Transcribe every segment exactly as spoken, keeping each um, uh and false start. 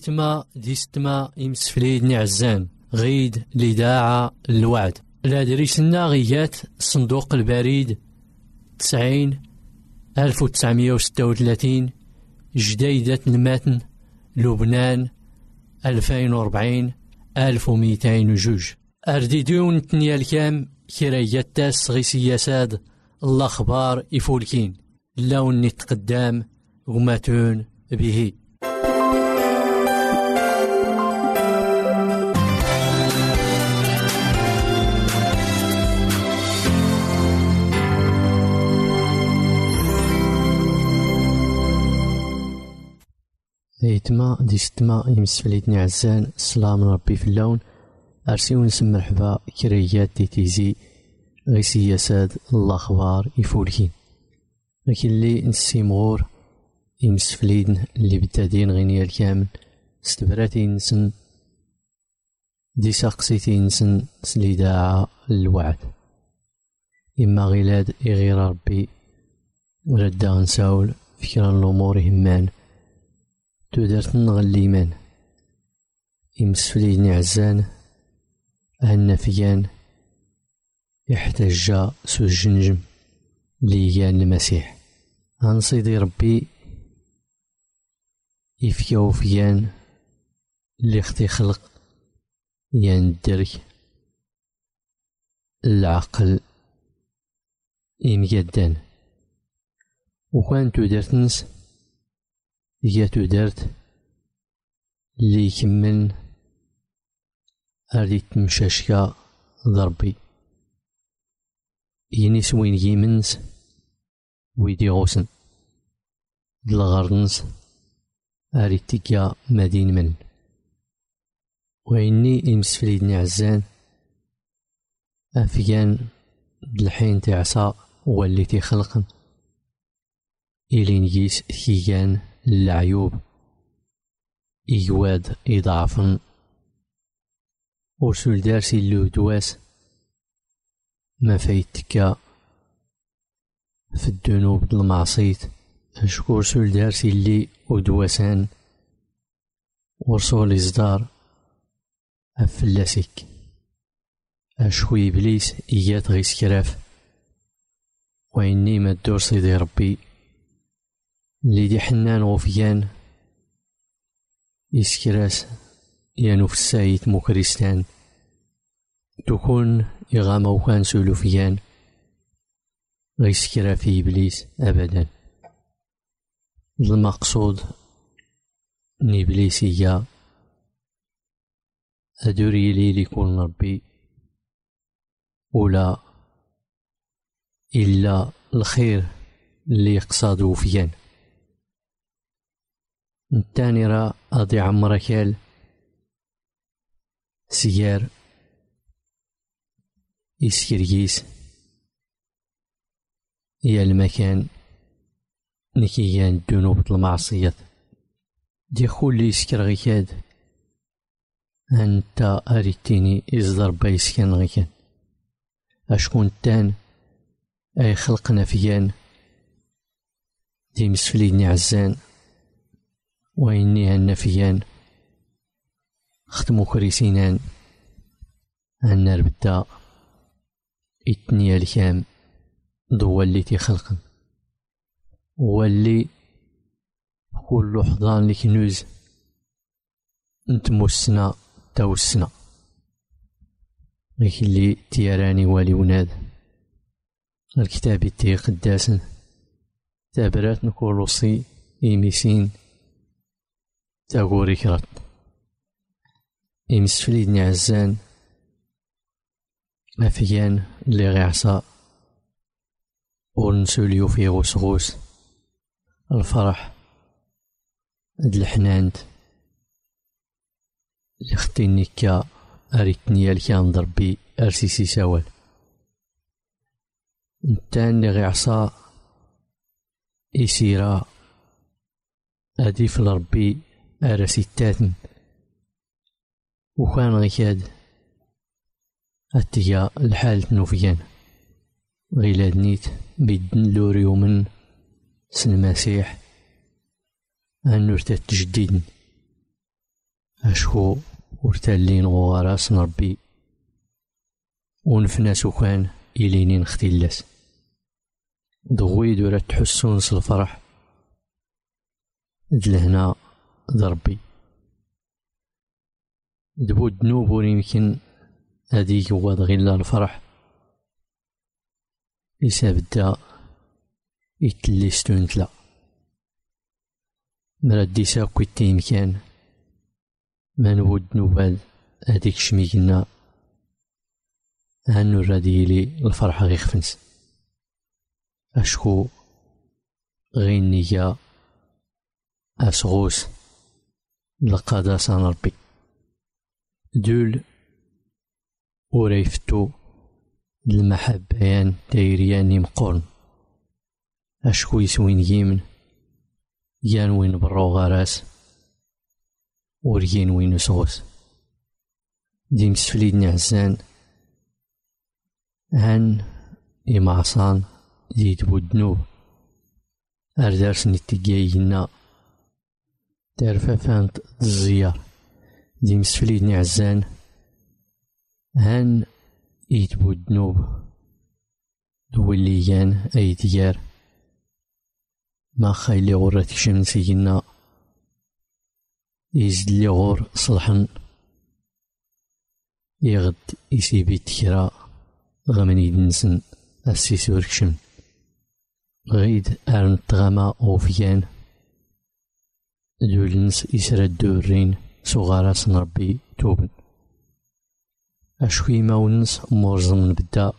ديتما ديستما يمسفليد نعزان غيد لداعة الوعد لا دريسنا غيات صندوق البريد تسعين ألف وتسعمية وستة وثلاثين جديدة المتن لبنان ألفين وربعين ألف ومئتين وجوج أرديدون تنيا الكام كرايات تاس غي سياساد الأخبار يفولكين اللون نتقدام وماتون به ديتما ديستما يمسفليتني عزان السلام ربي في اللون أرسيو نسم مرحبا كريات دي تيزي غي سياساد الأخبار يفولكين لكن اللي نسيمغور يمسفليدن اللي بتادين غينيا الكامل استبراتي نسن دي ساقسيتي نسن سليداعة الوعد إما غيلاد إغير ربي وردا نساول فكرا الأمور همان تودرت نغليمان يمسفليدني عزان النفيان يحتاج سو الجنجم ليان المسيح هنصيدي ربي يفياو فيان اللي اختي خلق يان الدرك العقل يمجدان وكان تودرت نس يا تودرت اللي يكمل أريد مشاشكا ضربي ينيس وين يمنس ويدي غوسن دلغرنس أريد تيكا مدين من وإني يمسفليدني عزان أفيان دالحين تعصى واللي تيخلقن إلي نجيس كيان العيوب إيواد إضعفن ورسول دارسي اللو دواس ما فايتكا في الذنوب المعصيت أشكو رسول دارسي اللي ودواسان ورسول إصدار أفلاسك أشكو إبليس إيات غيس كراف وإني ما الدور صيدي ربي اللي دي حنان غفيان يسكراس يانو في السايت مكريستان تكون إغامة وكان سلوفيان غيسكرا في إبليس أبدا المقصود ان إبليسية أدوري لي ليكون ربي ولا إلا الخير اللي يقصدو فيان التاني راه أضي عمركال سيار يسكريس يا المكان نكيان الذنوب المعصية دي خولي يسكر غيكاد أنت أريتيني إصدر بايسكن غيكان أشكون تان أي خلقنا فيان دي مسفليدني عزان وإني هالنفيان ختمو كريسينان النار بدا إتنيا الكام ضو اللي تيخلقن واللي كل حضان لكنوز نتموسنا توسنا لكن اللي تيراني والي وناد الكتاب تي قداسن تابرات نكولوصي إيميسين تاغوري كرات إمسفليدني عزان أفيان اللي غيعصا ورنسوليو في غوس غوس الفرح هاد الحناند اللي ختيني كا أريتني الكان ضربي أرسيسي سوال نتان اللي غيعصا إسيرا أديف لربي أرسيتاتن وكان غيكاد أتيا الحالة نوفيان غيلاد نيت بيدن لوري ومن سن المسيح النور تتجديدن أشكو ورتالين غوغراس نربي ونفناس وكان إليني نختلاس دغوي دورة تحسون س الفرح دلهنا ضربي دبو دنوب ور يمكن هاديك واد غير الفرح يسابدا يتلي ستونتلا مرادي ساكو يمكن ما نود نوبال هاديك شميكنا هانو راديلي الفرحة غي خفنس أشكو غي النية أسغوس لقاداس عن ربي دول وريفتو المحبيان دايريان مقورن أشكو يسوين يمن يان وين برو غراس وريين وين سغوس ديم سفليد نعزان هان إمعصان زيد بودنوب أردارس نتيجينا تعرف فانت الزيار ديم سفليد نعزان هان إيد بودنوب دوليان أي ديار ما خايلي غوراتي شمسينا يزد لي غور صلحن يغد يسيبي تكرا غمني دنسن السيس وركشم غيد أرن تغاما أوفيان دولنس إسرا الدورين صغارات نربي توبن أشوي ماونس مورزن بدا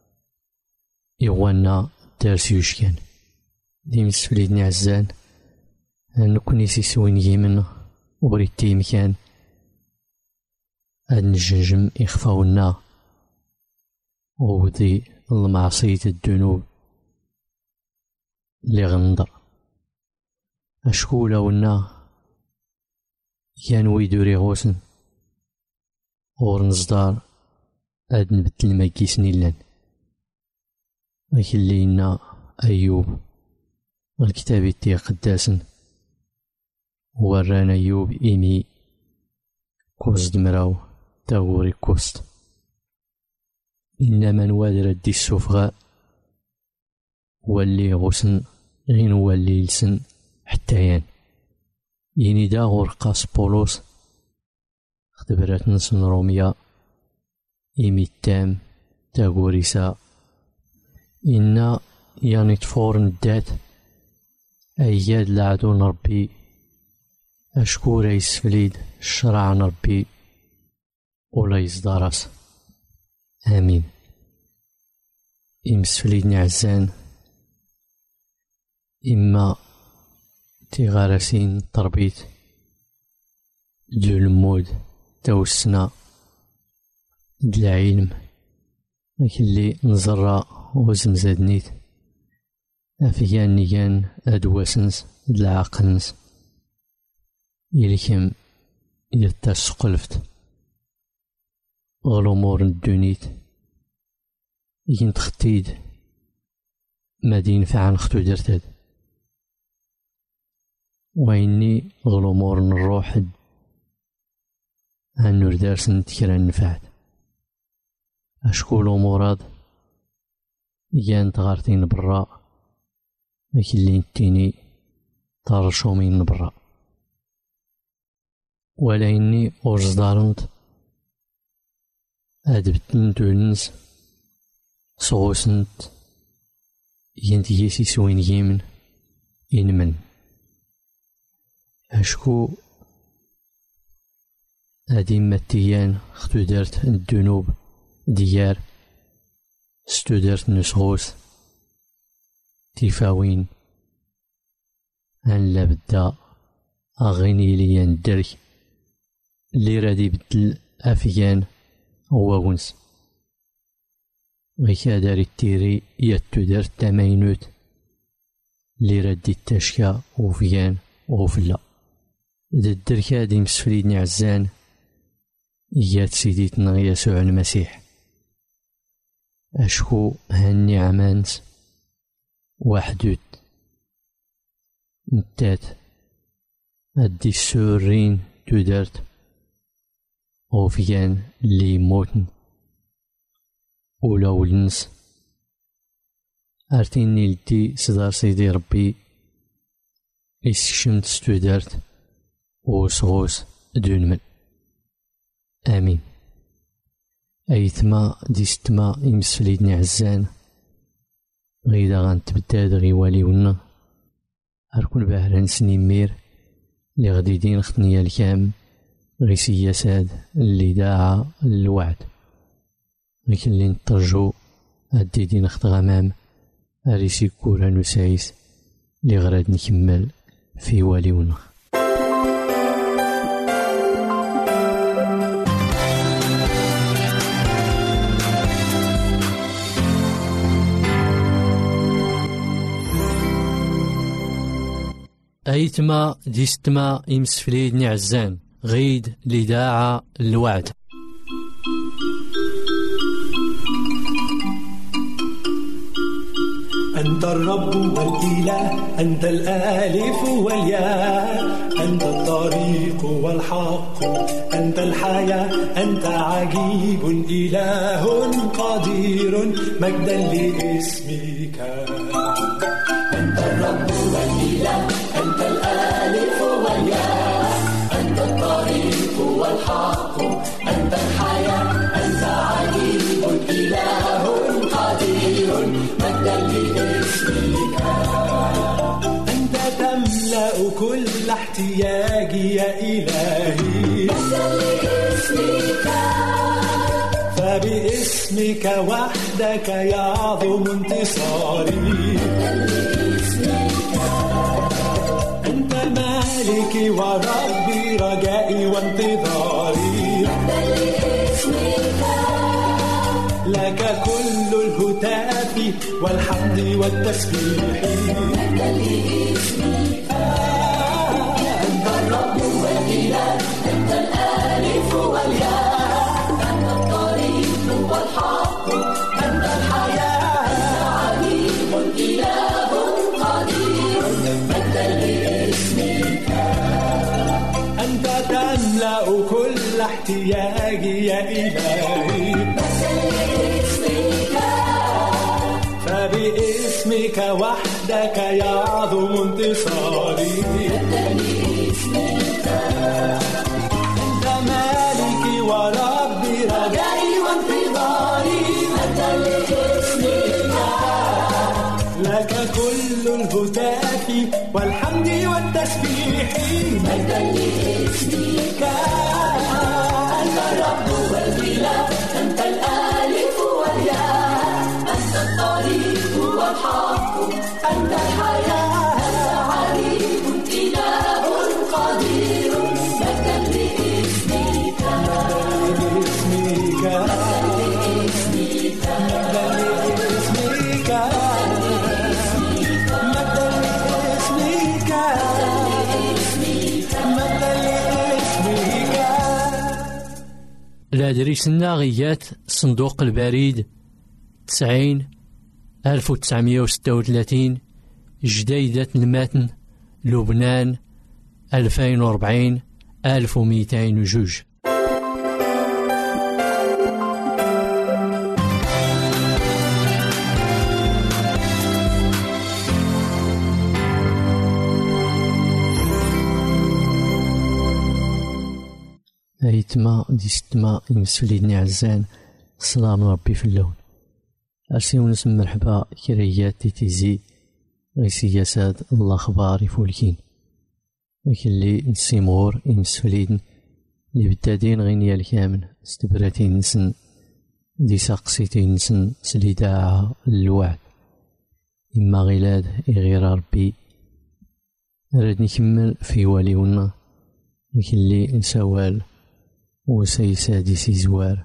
إغوانا دارس يوشكان ديم سفليدني عزان نكوني سيسوين يمن وريد تيمكان هاد نجنجم إخفاونا وبدي المعصية الذنوب لي غنضر أشكو لونا كان ويدوري غوسن غور نصدار هاد نبدل ماكيس نيلان لكن لينا أيوب الكتاب تي قداسن ورانا أيوب إيمي كوز دمراو تاغوري كوست إنما نوادر دي السفغاء واللي غسن غين واللي لسن حتى يني دا غرقاس بولوس اختبرت نسن روميا إيمي التام تاغوريسا إنا يعني تفور ندات أياد لعدو نربي أشكو ريس فليد الشرع نربي ولا يصدارس آمين إمس فليد نعزان إما تيغارسين تربيت دو المود توسنا د العلم لكن اللي نزرع وزمزادنيت أفيان نيان أدواسنس د العقلنس يلكم يتسقلفت غلومور الدونيت يكن تختيد مادين فعن ختو درتاد وإني غلومور الروح هنور دارسن تكرا نفعت أشكو الأموراد يان تغارتين برا لكن اللي نتيني طارشومين برا ولا إني أرزدارنت أدبتن تولنس صغوسنت ينتيسي سوين يمن إنمن أشكو هادي ماتيان ختو دارت الذنوب ديار ستو دارت نسغوس تيفاوين هن لابدا أغيني ليان الدرك اللي رادي بدل أفيان هو ونس غيكا داري التيري ياتو دارت تماينوت اللي رادي التاشكا وفيان وفلا إذا الدركا دي مسفليدني عزان إيات سيديتنا يسوع المسيح أشكو هني عمانس وحدود نتات أدي السورين تدارت وفيان اللي يموتن ولا ولنس أرتيني لدي صدار سيدي ربي يسكشمت ستودارت وصغوص دون من. آمين. أيثما ديستما يمسفليدني عزان غيدا غنتبداد غي واليونا أركون بهران سني مير لي غادي دين خطنيا الكام غي سياساد اللي داعا الوعد لكن اللي نترجو هادي دين خط غمام أريسي كورا نسايس لي غراد نكمل في واليونا. أيتما ديستما يمسفليدني عزان غيد لداعة الوعد. أنت الرب والإله، أنت الآلف والياء، أنت الطريق والحق، أنت الحياة، أنت عجيب إله قدير مجدا لاسمك. أنت الرب والإله، أنت الآلف والياء، أنت الطريق والحق، أنت الحياة، أنت عجيب إله قدير مجدا لاسمك. أنت تملأ كل احتياجي يا إلهي مجدا لاسمك. فباسمك وحدك يعظم انتصاري. أنت مالكي وربي رجائي وانتظاري. لك كل الهتاف والحمد والتسبيح. أنت الرب والإله، أنت الآلف والياء، أنت الطريق والحق، أنت الحياة، عجيب إله قدير مجدا لاسمك. أنت تملأ كل احتياجي يا إلهي مجدا لاسمك. فباسمك وحدك يعظم انتصاري. مجدا لاسمك. أنت مالكي وربي رجائي وانتظاري. مجدا لاسمك. لك كل الهتاف والحمد والتسبيح. مجدا لاسمك. أنت الرب والإله، أنت الآلف والياء، أنت الطريق والحق، أنت الحياة، عجيب إله قدير مجدا لاسمك. مجدا لاسمك. مجدا لاسمك. الأدريسنا غيات صندوق البريد تسعين ألف وتسعمية وستة وثلاثين جديدة المتن لبنان ألفين وأربعين ألف ومئتين وجوج. أيتما ديستما يمسفليدني عزان السلام ربي في اللون. أرسي ونسم مرحبا كريات تيتيزي غي سياسات الله خبار يفولكين. لكن اللي نسيمغور يمسفليدن اللي بالتادين غينيا الكامن استبراتين نسن دي ساقسيتين نسن سليداعة الوعد. إما غيلاد غير ربي راد نكمل في واليونا. لكن اللي نسوال وسيسادي سيزوار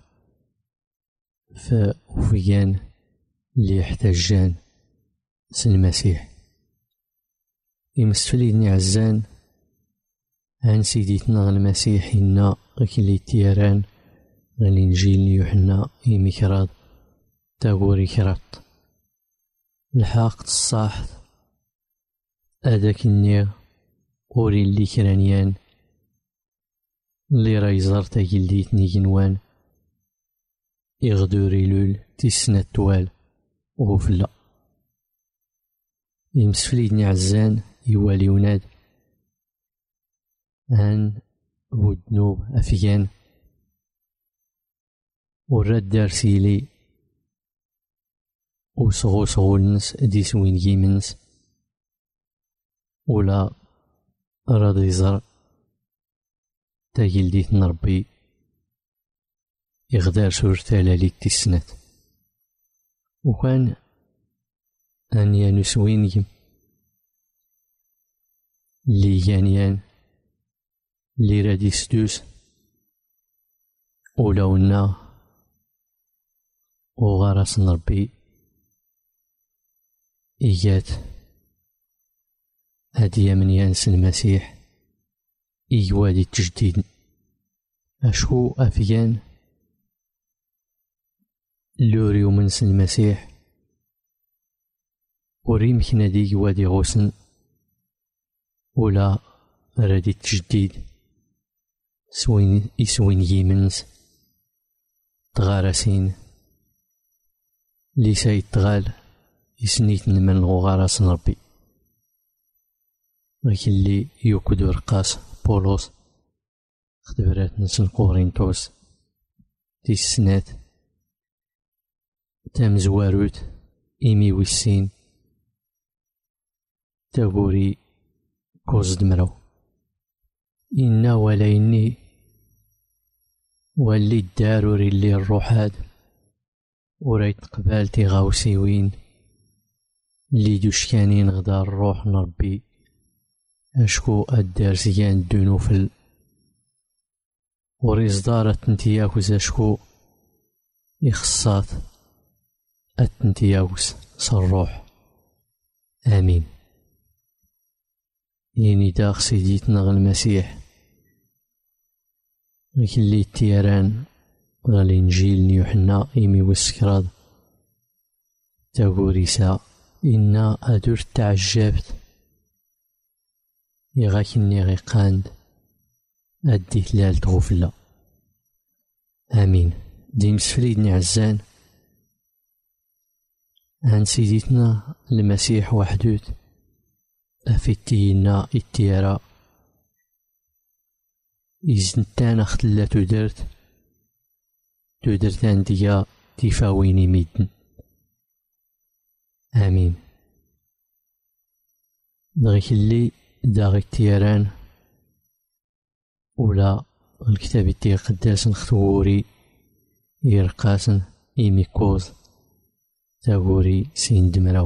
فوفيان اللي يحتاجان سن المسيح. يمسفليدني عزان عن سيديتنا المسيح إنا غكلي تيران غالإنجيل يوحنا يمكراد تاغوري كرات الحاق الصاحت هذاك النير أوري اللي كرانيان اللي راه يزار تاجلديتني جنوان يغدوري لول تيسنة توال وغفلة يمسفليدني عزان يوالي وناد هان ودنوب أفيان وراد دارسيلي وصغو صغولنس ديس وين جيمنس ولا راد يزر تاجلديت نربي يغدار سور تالاليك تيسنات وكان أن يانوس وينجم لي يانيان لي رادي ستوس ولونا وغارس نربي إيجات هادية من يانس المسيح إيوادي التجديد أشكو أفيان لوري ومنس المسيح وريمك نادي وادي غوسن ولا رادي التجديد سوين إسوين يمنس تغارسين ليس يتغال يسنيت من غوغارس نربي غيك اللي يوكدو رقاس بولوس خدبرات نسن قورينتوس دي السنات تام زواروت إيمي ويسين تابوري كوز دمرو إنا ولا إني واللي الداروري اللي الروحاد وريت قبالتي غاوسيوين اللي دوشكانين غدا الروح نربي أشكو الدارسيان دونوفل وريزدارت انتياكوز أشكو إخصات التنتياوس صروح آمين. يني داغ سيديتنا غ المسيح غيك اللي التيران غا الإنجيل نيوحنا إيمي وسكراد تاغوريسا إنا أدور تعجبت يغاكني غي قاند أدي تلال تغفلا آمين. ديمس فريدني عزان عن سيدتنا المسيح وحدود أفتينا التيرا إزنتان أختلا تدرت تدرتان ديا تفاويني ميدن آمين. دغيك اللي داغي التيران ولا الكتاب التي قداس نختوري يرقاسن إيميكوز تاغوري سين دمراو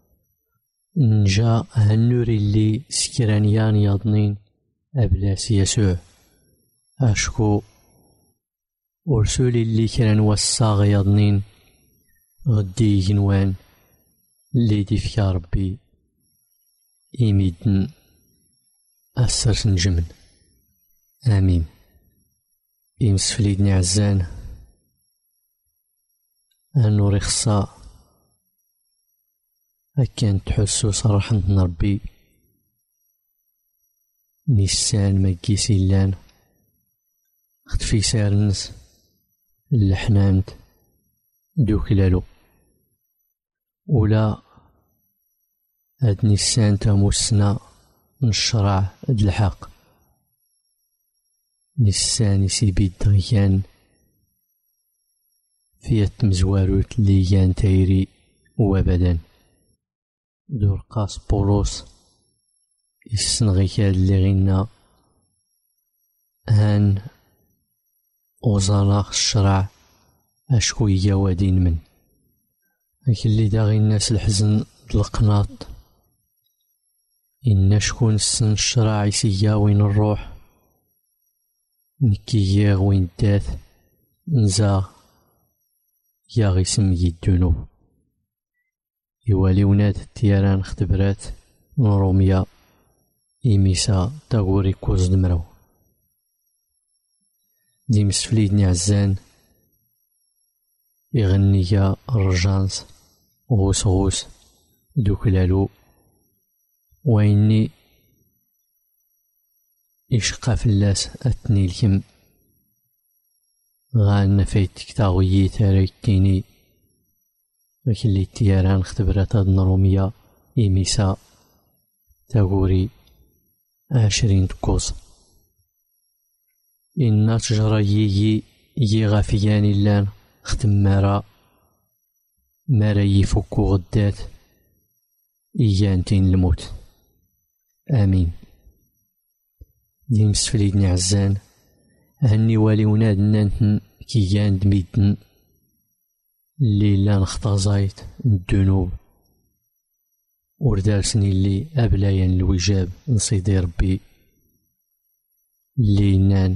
نجا هنوري اللي سكرانيان ياضنين أبلاس يسوع أشكو ورسولي اللي كران وصاغ ياضنين غدي جنوان اللي ديف يا ربي إيميدن أسر سنجمن آمين. إمسفليدني عزان أنوري خصا أكان تحسو صراحة نربي نيسان مكيسي اللان خطفي سارنس اللحنامت دوكلالو ولا هاد نيسان تاموسنا نشرع هاد الحق نيسان يسيبي الدغيان فيا تمزواروت ليان تايري وابدا دور قاس بولوس يسنغيكاد اللي غينا هان وزاناخ الشرع أشكو يجاودين من لكن اللي داغي الناس الحزن القناط إن شكون السن الشرع يسيا وين الروح نكييغ وين داث نزاغ يا غي سمي الدنوب يوالي وناد التيران اختبرات نروميا إيميسا تاغوري كوز دمرو دي مسفليدني عزان يغنيا الرجانس غوس غوس دوكلالو ويني يشقى فلاس أتني الكم غان فايتك تاغيي تاريكيني لكن اللي تياران اختبرت هاد النرومية إيميسا تاغوري عشرين تكوز إنا تجرى يي يي غافيان اللان ختم مارا مارا يفكو غدات إيانتين الموت آمين. ديم مسفليدني عزان هني والي وناد نانتن كيان دميدن اللي لا نخطا زايت الذنوب وردارسني اللي أبلايان الوجاب نصيدي ربي اللي نان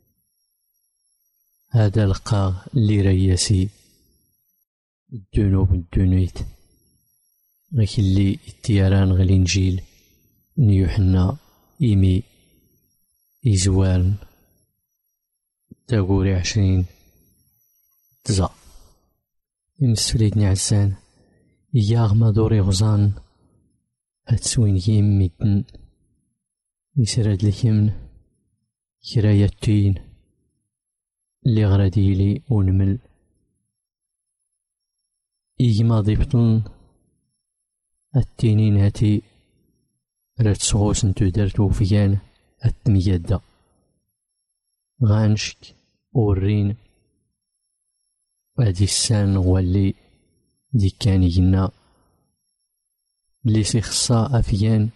هذا القاغ اللي رياسي الذنوب الدنيت غيك اللي التياران غ الإنجيل نيوحنا إيمي إزوال تاغوري عشرين تزا. يمسفليدني عزان إياغ ما دوري غزان هتسوين يم ميدن يسرد لكمن كراياتين اللي غراديلي ونمل إيما ضيبطن التينين هاتي رات صغوس نتو دارت وفيان التميادة غانشك ورين هادي السان واللي دي كان يجنا اللي سيخصا أفيان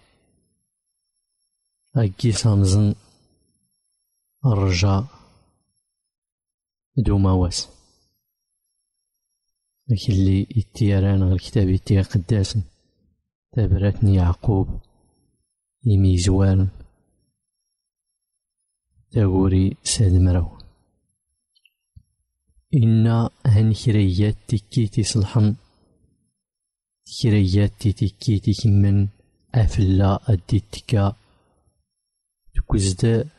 أكي سامزن الرجاء دو مواس لكن اللي التياران غير كتابي تي قداسن تابراتني يعقوب يمي زوال تاغوري ساد مراو إنا هنكريات تكيتي صلحن كريات تكيتي كمن أفلا أدي تكا تكوزدا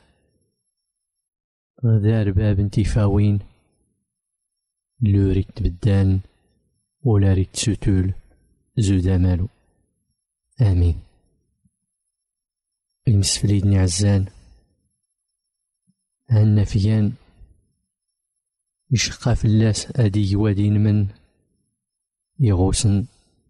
ذا رباب انتفاوين لو ريت تبدان ولا ريت ستول زودا مالو آمين. المسفليدني عزان هالنفيان يشقى في اللاس أدي يوادين من يغوسن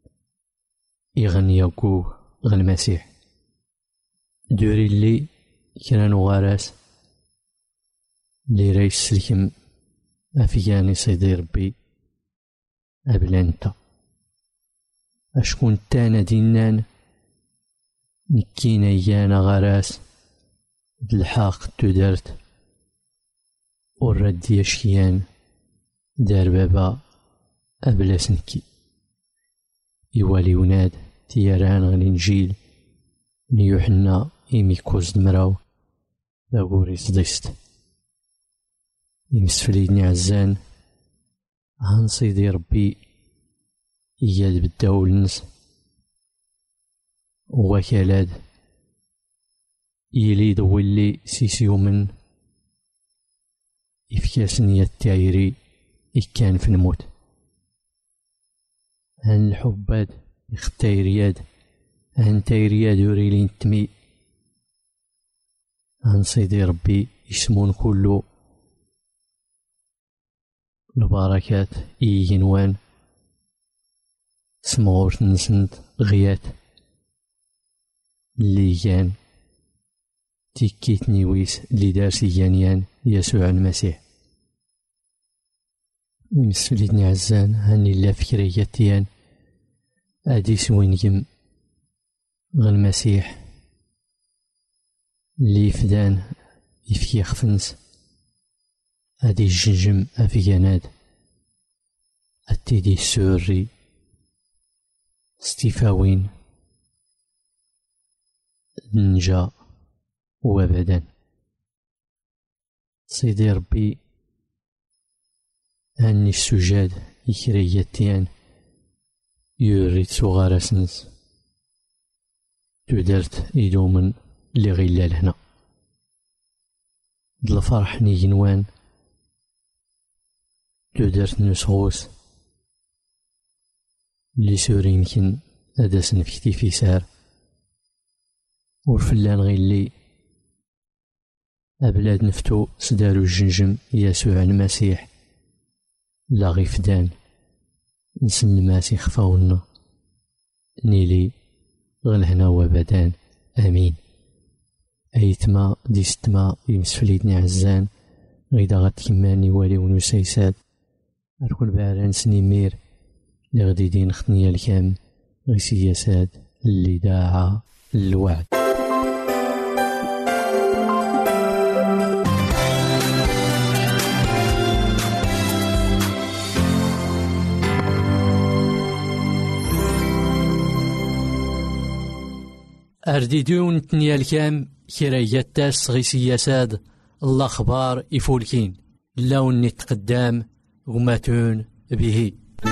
يغنيوكو غ المسيح دوري اللي كانوا غاراس اللي رايس سلكم أفياني سيدي ربي أبلانتا أشكون تانا دينان نكينا يانا غراس بالحاق تدرت ورد يشكيان دار بابا أبلاس نكي يوالي وناد تياران غ الإنجيل نيوحنا إيمي كوز دمراو داغوري صديست يمسفليدني عزان هنصيدي ربي إياد بالداولنس وكالاد يليد واللي سيسيومن إفكاسني التايري إكان في الموت هن الحباد إختايرياد هن تايرياد وريلين تمي هن صيدي ربي يسمون كله البركات إيجنوان سمغورت نسند غيات اللي كان تيكيتني ويس اللي دارسي جانيان يسوع المسيح مسفليتني عزان هاني لا فكرياتيان ادي سوينجم غ المسيح اللي فدان يفكي خفنس ادي الجنجم افياناد اتيدي سوري ستيفاوين نجا وابدا سيدي ربي هاني السجاد يكرياتيان يوريت صغارسنس تدرت إيدومن اللي غيلال هنا دل فرح نيجنوان تدرت نسغوس اللي سورينكن أداسن في كتيفي سار ورفلان غيلي أبلاد نفتو سدارو الجنجم يسوع المسيح لا غفدان نسن المسيح خفاونا نيلي غلهنا وبدان آمين. أيتما ديستما يمسفليتني عزان غيدا غتكماني والي ونسيساد أركون بعران سنيمير لغدي دين خطنيا الكام غيسياساد اللي داعا الوعد. أرديدون تنيا الكام كراياتاس غيسياساد الأخبار يفولكين اللون نتقدام غماتون به.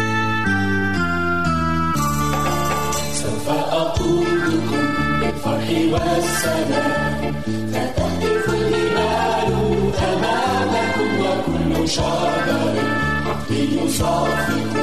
سوف أقول لكم بالفرح والسلام فتهتف الجبال أمامكم وكل شجر حق يصفق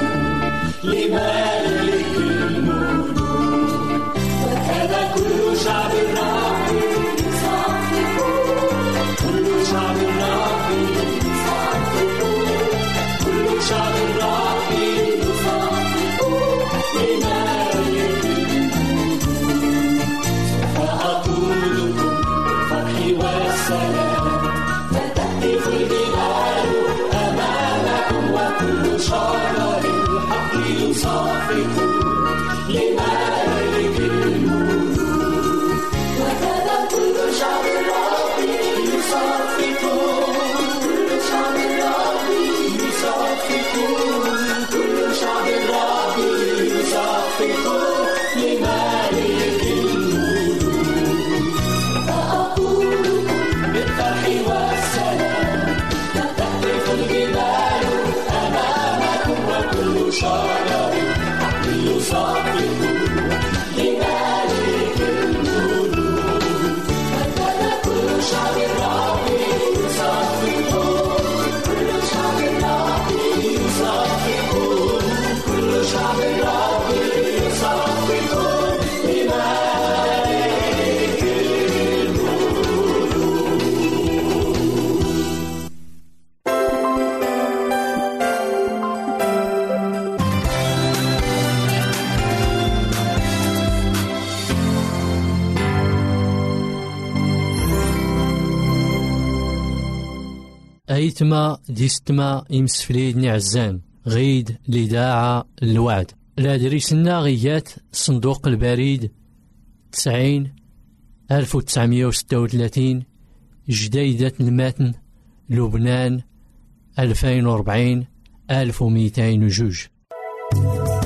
لملك الملوك وكذا كل شعب الرب يصفق كل شعب الرب يصفق كل شعب الرب يصفق لملك الملوك سوف أقول لكم بالفرح والسلام فتهتف الجبال أمامكم وكل شجر الحق يصفق لملك الملوك وكذا كل شعب الرب يصفق كل شعب الرب يصفق كل شعب الرب يصفق لملك الملوك فأقول بالفرح والسلام تهتف الجبال أمامكم وكل شجر حق يصفق لملك الملوك وكذا كل شعب الرب يصفق كل شعب الرب يصفق كل شعب الرب يصفق لملك الملوك. أيتما ديستما يمسفليدني عزان غيد لداعة الوعد. لا دريسنا غيات صندوق البريد تسعين ألف وتسعمية وستة وثلاثين جديدة المتن لبنان ألفين وربعين ألف ومئتين وجوج.